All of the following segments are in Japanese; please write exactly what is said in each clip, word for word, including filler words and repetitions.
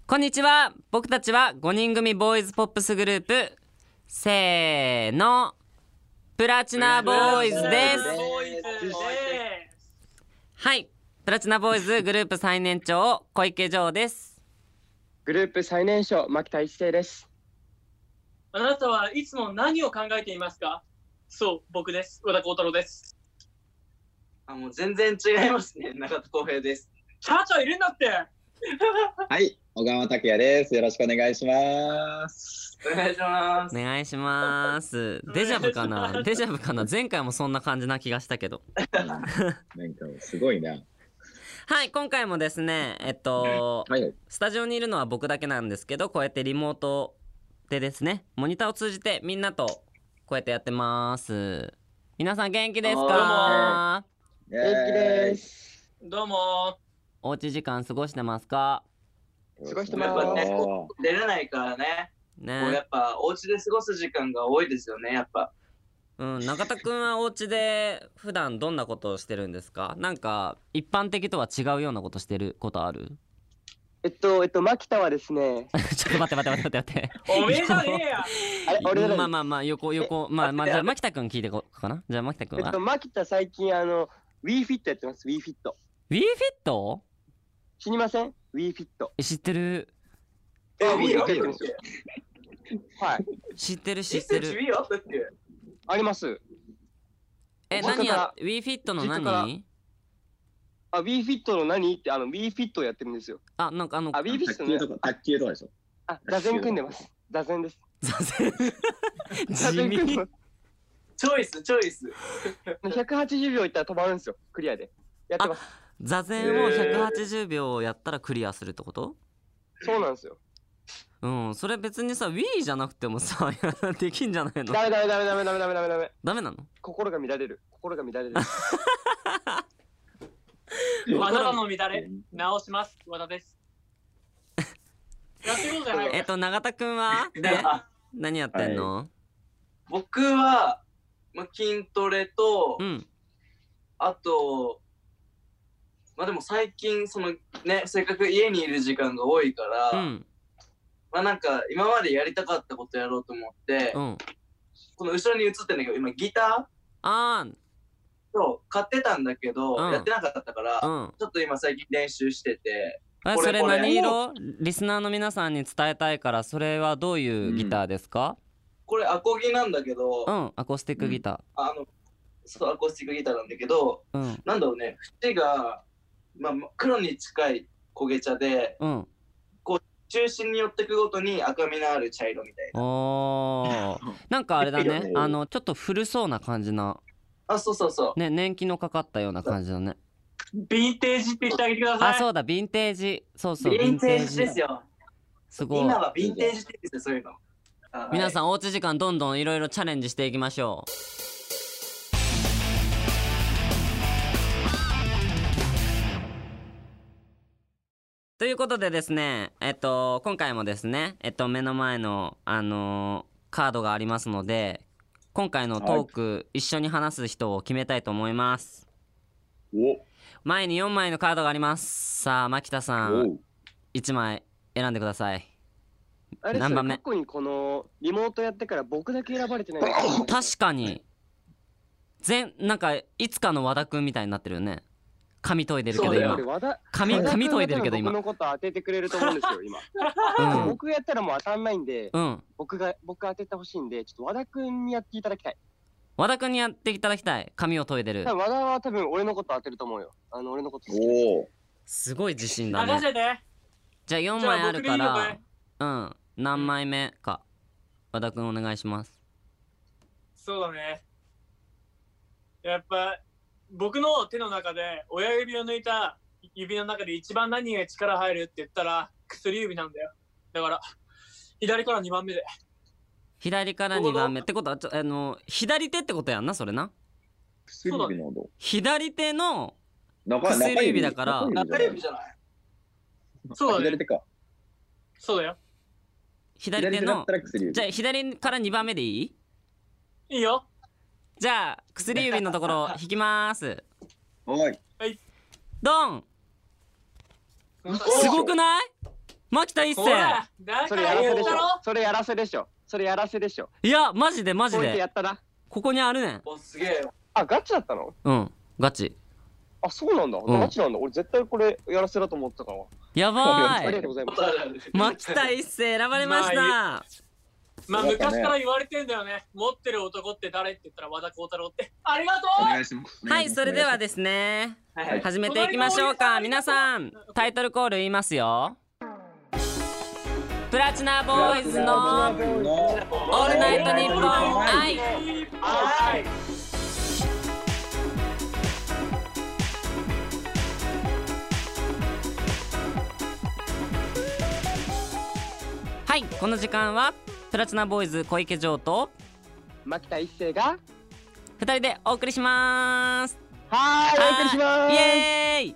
こんにちは。僕たちはごにん組ボーイズポップスグループ、せーの、プラチナボーイズです。はい、プラチナボーイズグループ最年長小池城です。 グループ最年少牧田一成です。 あなたはいつも何を考えていますか？そう、僕です。和田幸太郎です。 あ、もう全然違いますね。中田浩平です。 チャーチャーいるんだって。 はい、小川拓也です。よろしくお願いします。 お願いします。 お願いします。デジャブかなデジャブかな前回もそんな感じな気がしたけど。 なんかすごいな。 はい、今回もですね、えっと、 はい、 スタジオにいるのは僕だけなんですけど、こうやってリモートでですね、モニターを通じてみんなとこうやってやってます。皆さん元気ですか？ 元気です。 どうも。 おうち時間過ごしてますか？ 過ごしてます。 やっぱね、出れないからね。 ね、 もうやっぱお家で過ごす時間が多いですよね、やっぱ。 うん、中田くんはお家で普段どんなことをしてるんですか？なんか一般的とは違うようなことしてることある？ えっとえっと牧田はですねちょっと待って待って待って待っておめえじゃねえや。 あれ俺じゃない。 まあまあまあ横横まあまあじゃあ牧田くん聞いてこうかな。じゃあ牧田くんは、 えっと牧田最近あの WeFit やってます。 WeFit WeFit？ 知りません？ WeFit 知ってる。 え、 あ Wii やあるよってるんですよ。はい知ってる知ってる。 Wii あったっけ？ あります。 え、 実家何やか WeFit の実家から何？ あ WeFit の何ってあの WeFit をやってるんですよ。 あ、なんかあのあ WeFit 卓ね球とか卓球とかでしょ。 あ座禅組んでます。座禅です。 座禅座地味。 禅組んでます。 チョイス、チョイス。 ひゃくはちじゅうびょういったら止まるんですよ。クリアでやってます。 座禅をひゃくはちじゅうびょうやったらクリアするってこと？ そうなんですよ。 うん、それ別にさ Wii じゃなくてもさできんじゃないの？ ダメダメダメダメダメダメダメダメダメなの？ 心が乱れる。心が乱れる。 あなたの乱れ直します。和田です。やっていこうじゃないか。 えっと永田くんはねあ何やってんの？ 僕は、まあ、筋トレと、 うん。 あと、まあでも最近そのね、せっかく家にいる時間が多いから、 うんまあなんか今までやりたかったことやろうと思って、 うん。 この後ろに映ってんだけど、今ギタあーを買ってたんだけど、 うんやってなかったから、 ーうん。 ちょっと今最近練習してて、 あ、それこれこれ何色？リスナーの皆さんに伝えたいから、それはどういうギターですか？ これアコギなんだけど、 うん、アコースティックギタあの、そうアコースティックギターなんだけど、 ー。うんなんだろうね、縁が、まあ、黒に近い焦げ茶で、 うん。 中心に寄ってくごとに赤みのある茶色みたいな。 おー、なんかあれだね、あのちょっと古そうな感じなあ、そうそうそう。 ね、年季のかかったような感じだね。 ヴィンテージって言ってあげてください。 あ、そうだ、ヴィンテージ。そうそう、 ヴィンテージですよ。 すごい。 今はヴィンテージって言うんですよ、そういうの。 皆さん。 んおうち時間どんどんいろいろチャレンジしていきましょう。ということでですね、えっと今回もですね、えっと目の前のあのーカードがありますので、今回のトーク、一緒に話す人を決めたいと思います。 お、 前によんまいのカードがあります。さあ牧田さん、 お、 いちまい選んでください。 あれですよ何番目過去にこのリモートやってから僕だけ選ばれてないんですよ。 確かに全なんかいつかの和田くんみたいになってるよね。髪研いでるけどそうだよ今これ和田髪和田髪君研いでるけど今僕のこと当ててくれると思うんですよ今。 うん僕がやったらもう当たんないんで、 うん僕が僕当ててほしいんで、ちょっと和田君にやっていただきたい。 和田くんにやっていただきたい。髪を研いでる。 多分和田は多分俺のこと当てると思うよ。あの俺のこと好き。 お、 すごい自信だ任ね。 せて。 じゃあよんまいあるかじゃあ僕でいいらうん何枚目か和田くんお願いします。 そうだね。やっぱ僕の手の中で親指を抜いた指の中で一番何が力入るって言ったら薬指なんだよ。だから左からにばんめで。 左からにばんめってことはちょあの左手ってことやんなそれな。 薬指など。 左手の中薬指だから中指じゃない？ そうだね左手か。 そうだよ。 左手の左手だったら薬指。 じゃあ左からにばんめでいい？ いいよ。 じゃあ薬指のところ引きまーす。 おい。 ドン。すごくない？ 牧田一ほら成。 だそから言っれやらせでしたょろ。 それやらせでしょそれやらせでしょいやマジでマジこうやってやでったな。 ここにあるねん。 おすげえ。 あ、ガチだったの？ うんガチ。 あ、そうなんだ。 んガチなんだ。俺絶対これやらせだと思ってたから。 やばありーい。 がとうございます。 牧田一成選ばれました。 まあよかったね昔から言われてんだよね。持ってる男って誰って言ったら和田幸太郎って。ありがとおう。 願いします。 はいそれではですねはいはい。 始めていきましょうか。皆さんタイトルコール言いますよ。プラチナボーイズのオールナイトニッポン愛。 はい。 はいこの時間はプラチナボーイズ小池城と牧田一成が、 ふたりでお送りします。 はーい、お送りします。 イエーイ。 いい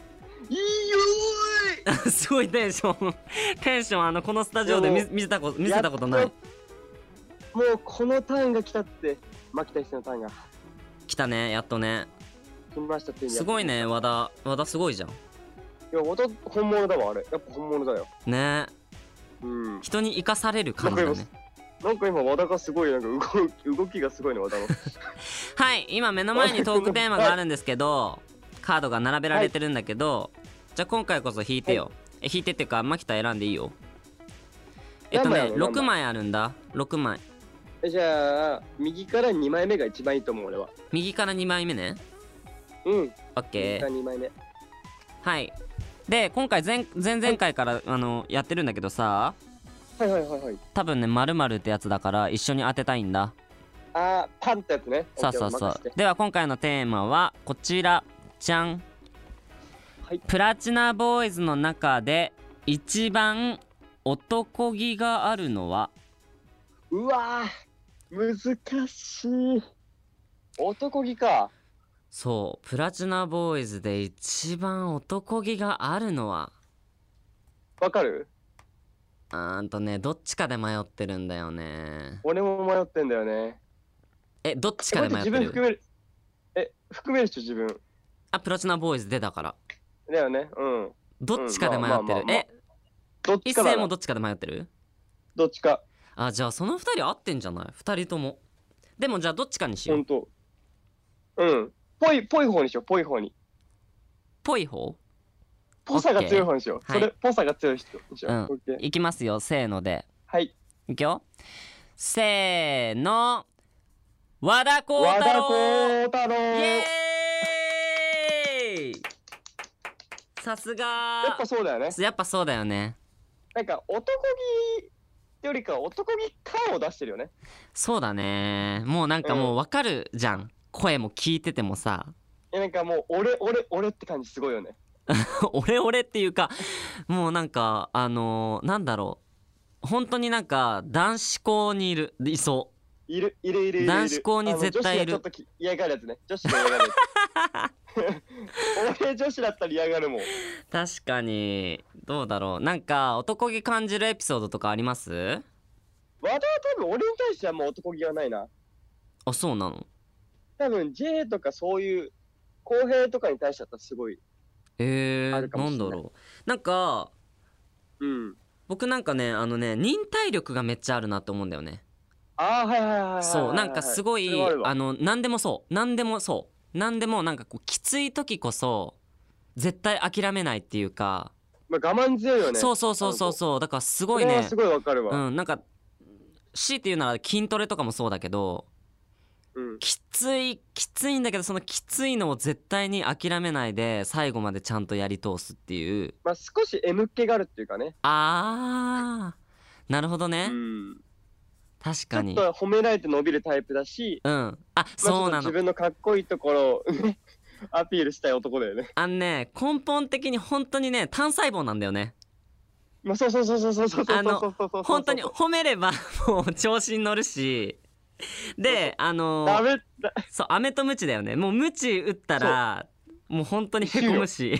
よーい。 すごいテンションテンションあのこのスタジオで見見せたこと見せたことない。 やっともうこのターンが来たって、牧田一成のターンが来たねやっとね。 来ましたって。 すごいね和田和田すごいじゃんいや、和田本物だわ、あれ。やっぱ本物だよ。 ね。 うん。 人に生かされる感じだね。 なんか今和田がすごい、なんか動動きがすごいね、和田の。 はい今目の前にトークテーマがあるんですけどカードが並べられてるんだけど、じゃあ今回こそ引いてよ。え引いてっていうか牧田選んでいいよ。えっとね何枚あるのろくまいあるんだ。ろくまい。 えじゃあ、右からにまいめが一番いいと思う、俺は。 右からにまいめね。 うん。 オッケ右からー。 にまいめ。 はいで今回前前々回から、あのやってるんだけどさはいはいはいはい。 多分ね〇〇ってやつだから一緒に当てたいんだ。 あー、パンってやつね。 そうそうそうオッケー任せてでは今回のテーマはこちらじゃん、 はいプラチナボーイズの中で一番男気があるのは？ うわー、難しい。男気か。 そうプラチナボーイズで一番男気があるのはわかる？ うーんとねどっちかで迷ってるんだよね。 俺も迷ってんだよね。 えどっちえ、 かで待って、 迷ってる？ 自分含める。え、含める人自分。 あプラチナボーイズ出たからだよね。うん。 どっちかで迷ってる。 うんまあまあまあまあえ一どっちかだな。 斉もどっちかで迷ってる？ どっちか。 あじゃあそのふたり合ってんじゃない？ふたりとも。でもじゃあどっちかにしよう。 ほんと。うん。ぽい、ぽい方にしよう。ぽい方に。 ぽい方？ ぽさが強い方にしよう。 はいそれ、ぽさが強い人にしよう。 うんオッケー。 いきますよせーのではい。 いくよせーの和田幸和田太郎幸太郎。 イエーイさすがやっぱそうだよね。 やっぱそうだよね。 なんか男気よりか男気感を出してるよね。 そうだねもうなんかもうわかるじゃん、声も聞いててもさえ、なんかもう俺俺俺って感じすごいよね。 俺俺っていうかもうなんかあのー、なんだろう本当になんか男子校にいるいそいるいるいるいるいる。 男子校に絶対いるあの女子がちょっとき嫌がるやつね。女子が嫌がるやつ。俺女子だったら嫌がるもん。 う確かにどうだろうなんか男気感じるエピソードとかあります？ 和田は多分俺に対してはもう男気はないな。 あそうなの？ 多分 J とかそういう公平とかに対してだったらすごい。 えー、 あるかもしれないなんだろうなんかうん。 僕なんかねあのね忍耐力がめっちゃあるなと思うんだよね。 ああ、はいはいはいはいはい。 そうなんかすごいそれはあるわあの何でもそう何でもそう何でもなんかこうきつい時こそ絶対諦めないっていうか、 まあ、我慢強いよね。 そうそうそうそうそうだからすすごいねすごいわかるわ。 うんなんか強いて言うなら筋トレとかもそうだけどうん。 きついきついんだけどそのきついのを絶対に諦めないで最後までちゃんとやり通すっていうまあ少し M っ気があるっていうかね。 あーなるほどうね、 ん。ちょ確かにっと褒められて伸びるタイプだし、 うんあまあそうなちょっと自の分のかっこいいところをねアピールしたい男だよね。 あのね根本的に本当にね単細胞なんだよね。 まあそうそうそうそうそうそうそうあのそうそうそう。 本当に褒めればもう調子に乗るしであのダメだ。 そう飴とムチだよねもうムチ打ったらもう本当にへこむし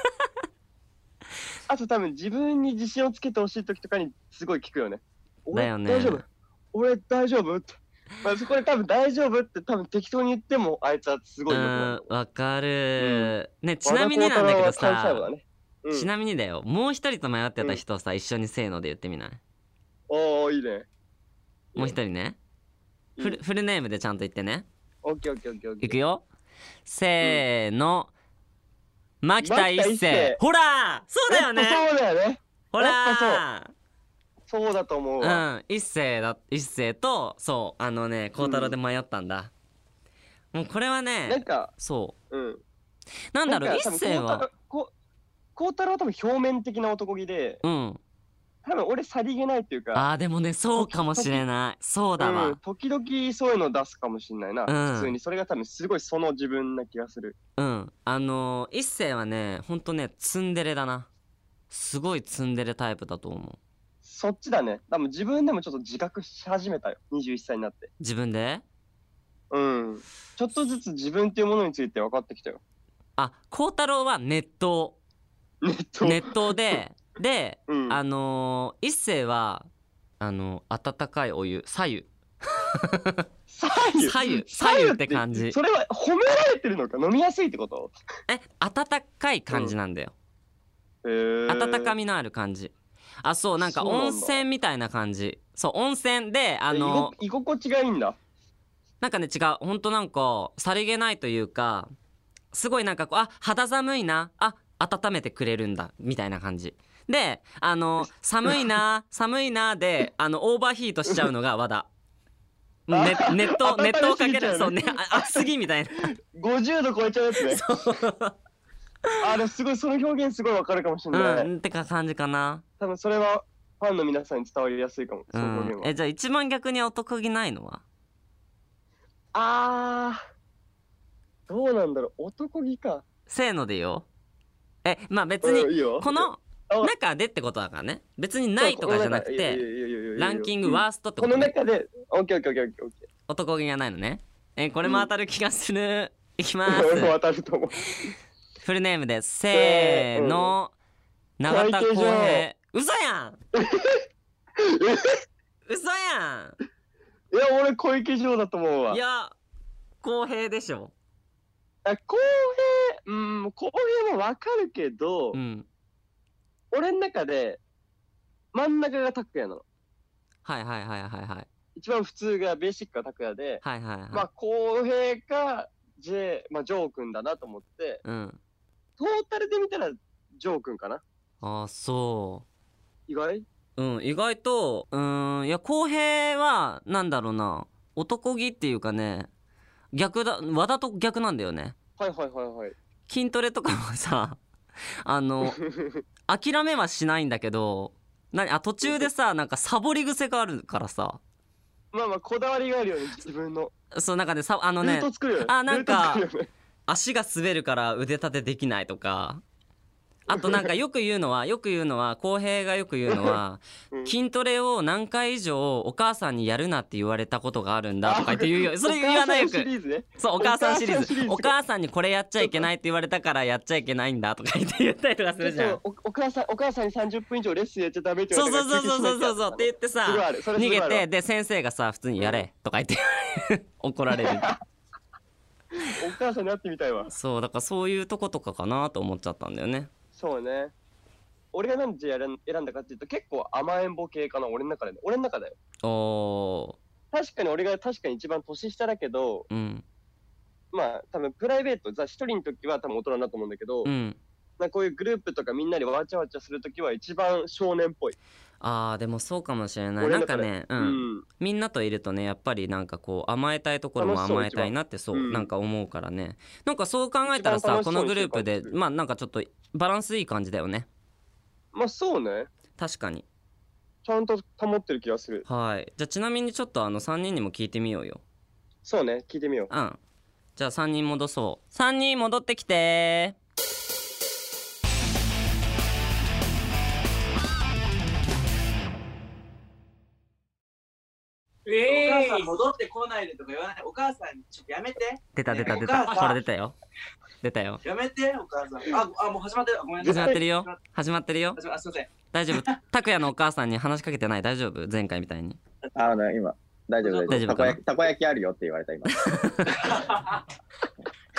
あと多分自分に自信をつけてほしい時とかにすごい聞くよね。俺だよね大丈夫俺大丈夫って。まあそこで多分大丈夫って多分適当に言ってもあいつはすごうい良くなるんわかる、ねちなみになんだけど和田幸太郎は関西さ部だね。 うんちなみにだよ、もう一人と迷ってた人をさ、一緒にせーので言ってみない？ おー、いいね。 もう一人ね、 うんフルフルネームでちゃんと言ってね。 オッケーオッケーオッケーオッケー。 いくよ、せーの、牧田一成牧田一成。 ほらそうだよね。 やっぱそうだよね。 ほらそうだと思ううわ。 ん、一世だ一世とそうあのね孝太郎で迷ったんだ、もうこれはねなんか、 そうん。 うなんだろう一なんか多分世はこう孝太郎は多分表面的な男気で、 うん多分俺さりげないっていうか、 あーでもねそうかもしれないそうだわうん、時々そういうの出すかもしれないな、 うん普通に。それが多分すごいその自分な気がする。 うんあのー、一世はねほんとねツンデレだな、すごいツンデレタイプだと思う。 そっちだね。多分自分でもちょっと自覚し始めたよ。にじゅういっさいになって。 自分でうん。ちょっとずつ自分っていうものについて分かってきたよ。 あ孝太郎は熱湯ネット。 熱湯でで、 うんあのー、一世はあの温かいお湯左右左右左右左右って感じそれは褒められてるのか、飲みやすいってこと？ え温かい感じなんだよ、 へー温かみのある感じ。あそうなんかそうなんだ温泉みたいな感じ。そう温泉であの居心地がいいんだ。 なんかね違うほんとなんかさりげないというかすごいなんかこうあ肌寒いなあ温めてくれるんだみたいな感じであの寒いな寒いなであのオーバーヒートしちゃうのが和田。ね、熱湯熱湯をかけるそうねあ熱すぎみたいなごじゅうど超えちゃうやつね。あれすごい、その表現すごいわかるかもしれない。 うんってか感じかな。 多分それはファンの皆さんに伝わりやすいかも、その表現は。 うんえじゃあ一番逆に男気ないのはあー、どうなんだろう、男気か。 せーのでよ。えまあ別にうんいいよこのあ中でってことだからね別にないとかじゃなくてランキングワーストってこことね。 の中で、オッケーオッケーオッケーオッケーオッケー。 男気がないのね。えこれも当たる気がする、いきま俺もす。 当たると思う。 フルネームですせーの、永田浩平。嘘やん嘘やいや、俺小池城だと思うわ。 んいや浩平でしょ。 あ公平、うん、公平もわかるけど、 うん俺の中で真ん中が拓也なの。 はいはいはいはいはい一番普通がベーシックが拓也で、 はいはいはい、 まあ公平か J、まあジョー君だなと思って、 うんトータルで見たらジョー君かな。 あそ意外？ ううん意外とうーんいや浩平はなんだろうな男気っていうかね逆だ和田と逆なんだよね。 はいはいはいはい。 筋トレとかもさあの諦めはしないんだけど何あ途中でさなんかサボり癖があるからさまあまあこだわりがあるよね、自分の。 そうなんかねさあのルーねト作るよね。 あなんかルート作るよね。 足が滑るから腕立てできないとかあとなんかよく言うのはよく言うのは浩平がよく言うのはうん筋トレを何回以上お母さんにやるなって言われたことがあるんだとか言って言うよそれ言わないよお母さんシくリーズね。 そうお母さんシリーズおお母母さんにこれやっちゃいけないって言われたからやっちゃいけないんだとか言って言ったりとかするじゃん。 そうおお母さんお母さんにさんじゅっぷん以上レッスンやっちゃダメって言そうわれたからそうそうそうそうそうって言ってさすごいあるそれす逃げごいあるわてで先生がさ普通にやれとか言って怒られるお母さんに会ってみたいわ。 そうだからそういうとことかかなと思っちゃったんだよね。 そうね。俺がなんでやらん選んだかっていうと結構甘えん坊系かな、俺の中でね。俺の中だよ。 お確かに俺が確かに一番年下だけど、 ーうんまあ多分プライベート、さ一人の時は多分大人だと思うんだけど、 うんなんかこういうグループとかみんなでわちゃわちゃする時は一番少年っぽい。 あーでもそうかもしれないなんか俺の中でねう、 うんん。 みんなといるとねやっぱりなんかこう甘えたいところも楽しそう甘えたいなってそう、 うんなんか思うからねなんかそう考えたら一番楽しそうにさこのグループでしてる感じまあなんかちょっとバランスいい感じだよね。 まあそうね。 確かに。 ちゃんと保ってる気がする。 はいじゃあちなみにちょっとあのさんにんにも聞いてみようよ。 そうね、聞いてみよう。 うんじゃあさんにん戻そうさんにん戻ってきてえおえ母さん戻ってこないでとか言わない。お母さんちょっとやめて。 出た出た出お母さんたほら出たよ出たよやめて、お母さん。あ、あもう始まってる。ごめんなさい。 始まってるよ始まってるよ始まあ、すいません。 大丈夫拓也のお母さんに話しかけてない大丈夫前回みたいに。 あの、今、大丈夫、大丈夫。 大丈夫かなたこ焼き、たこ焼きあるよって言われた、今。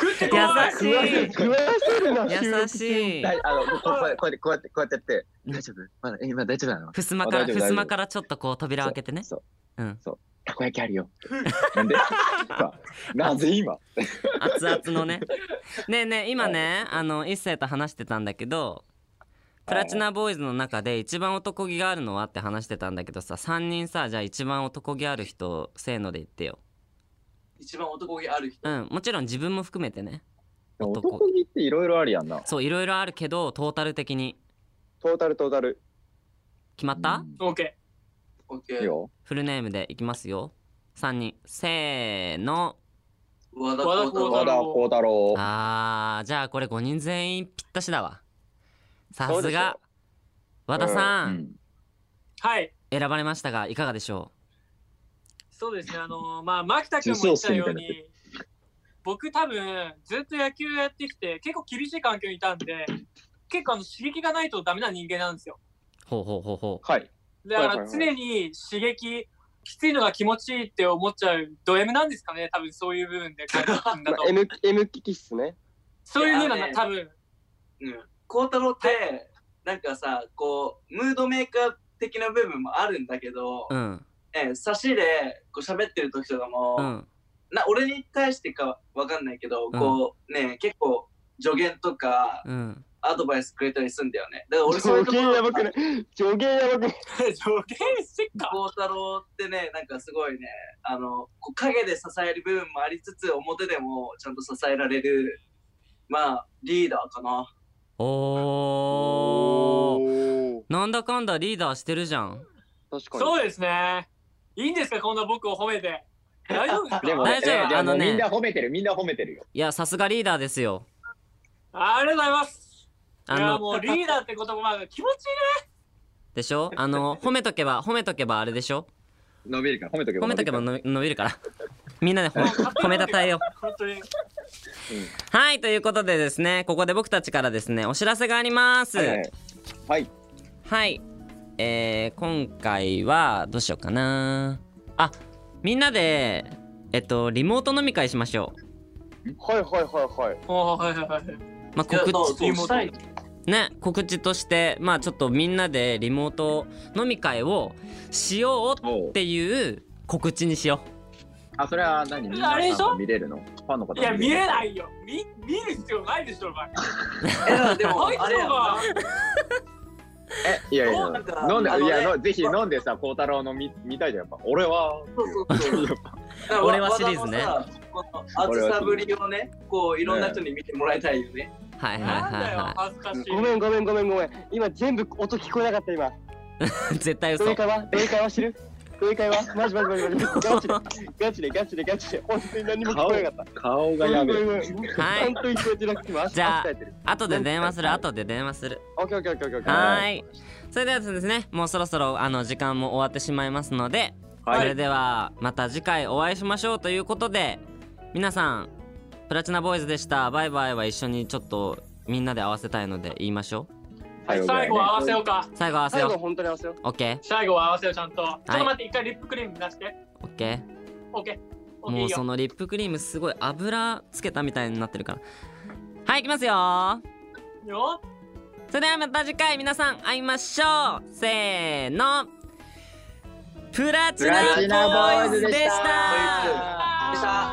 食ってこない。 優しい食わせるな、収録優しい。 だいあのここうやこうやってこうやってこうやってやって大丈夫まだえ今大丈夫なのふすまからあ大丈夫ふすまからちょっとこう扉を開けてね。 そううん。 そうたこ焼きあるよなんでさなぜ今熱々のね。ねえねえ今ねあの一星と話してたんだけど、プラチナボーイズの中で一番男気があるのはって話してたんだけどさ、さんにんさじゃあ一番男気ある人せーので言ってよ。 一番男気ある人。 うん、もちろん自分も含めてね。男男気っていろいろあるやんな。 そういろいろあるけどトータル的にトータルトータル。 決まった？ オッケオッケー。 いいよ。 フルネームでいきますよ。さんにんせーの。 和田和田幸太和田郎。 幸太郎。 あーじゃあこれごにん全員ぴったしだわ。さそうでしょすが和田さ、 うんん。 ー。はい。 選ばれましたがいかがでしょそうですね。あのーまあ牧田君も言ったように、僕多分ずっと野球やってきて結構厳しい環境にいたんで、結構あの刺激がないとダメな人間なんですよ。 う。ほうほうほうほはい。 だからはいはい常に刺激、きついのが気持ちいいって思っちゃうド M なんですかね。多分そういう部分で感じるんだまとあ、。M M 気質ね。 そういう風ないやね多分。 うん。幸太郎って、なんかさ、こう、ムードメーカー的な部分もあるんだけど、 う。うんね、差しでこう喋ってる時とかも、 うんな俺に対してかわかんないけど、 うんこうね、結構助言とかうんアドバイスくれたりするんだよね。だから俺そういう助言ところやばくない。助言やばくない。 助言してっか。 幸太郎ってね、なんかすごいね、あの、こう影で支える部分もありつつ、表でもちゃんと支えられる、まあ、リーダーかな。 おーお。 なんだかんだリーダーしてるじゃん。 確かに。 そうですね。いいんですかこんな僕を褒めて。大丈夫ですかでも大丈夫えでもあのねみんな褒めてるみんな褒めてるよ。 いやさすがリーダーですよ。 ありがとうございます。 あいやのもうリーダーって言葉が気持ちいでしょ、あの褒めとけば褒めとけばあれでしょ、 伸びるから褒めとけば褒めとけば伸びるの伸びるからみんなでほ褒めたたえよう。 い。本当に。 はいということでですね、ここで僕たちからですねお知らせがあります。 からはいはいはい、えー、今回はどうしようかなあ、みんなでえっとリモート飲み会しましょはいはいはいはい。 おーはいはいはい。 う。まあいや告知どうそうしたいね告知としてまあちょっとみんなでリモート飲み会をしようおうっていう告知にしよあそれは何みんなあれでしょさん見れるの？ファンの方いや見れい。 ないよ。見見る必要ないでしょお前。 えでもあいあれやんなつのがえいやいやどうなんか飲んであのねいやのぜひ飲んでさ孝太郎の見見たいじゃんやっぱ俺は。 そうそうそうやっぱだから俺はシリーズね和田のさこの熱さぶりをね、こういろんな人に見てもらいたいよね。 う。はいはいなんだよはいは恥ずかしい。 ごめんごめんごめんごめん。今全部音聞こえなかった今。 い絶対嘘どういう。会話どういう会話してるどういう会話マジマジマジマジ。ガチでガチでガチでガチで。本当に何も聞こえなかった。 顔がやべえ。 ごめんごめんごめんはい本当に聞こえてなくて今足じゃあ足鍛えてる。 後で電話する後で電話する。 オッケーオッケーオッケーオッケー。 はーい。それではですねもうそろそろあの時間も終わってしまいますので、 はいそれではまた次回お会いしましょうということで、皆さんプラチナボーイズでした。バイバイは一緒にちょっとみんなで合わせたいので言いましょ最後ぐらいね最後は合わせようか。 う。最後合わせ最後よう。 本当に合わせよう。 オッケー最後は合わせようちゃんと。ちょっと待って一回リップクリーム出して。 オッケオッケー。オー。 ッケーいいよ。 もうそのリップクリームすごい油つけたみたいになってるから。はい行きますよー。 よ。 それではまた次回皆さん会いましょう。せーのプラチナボーイズでした。 でした。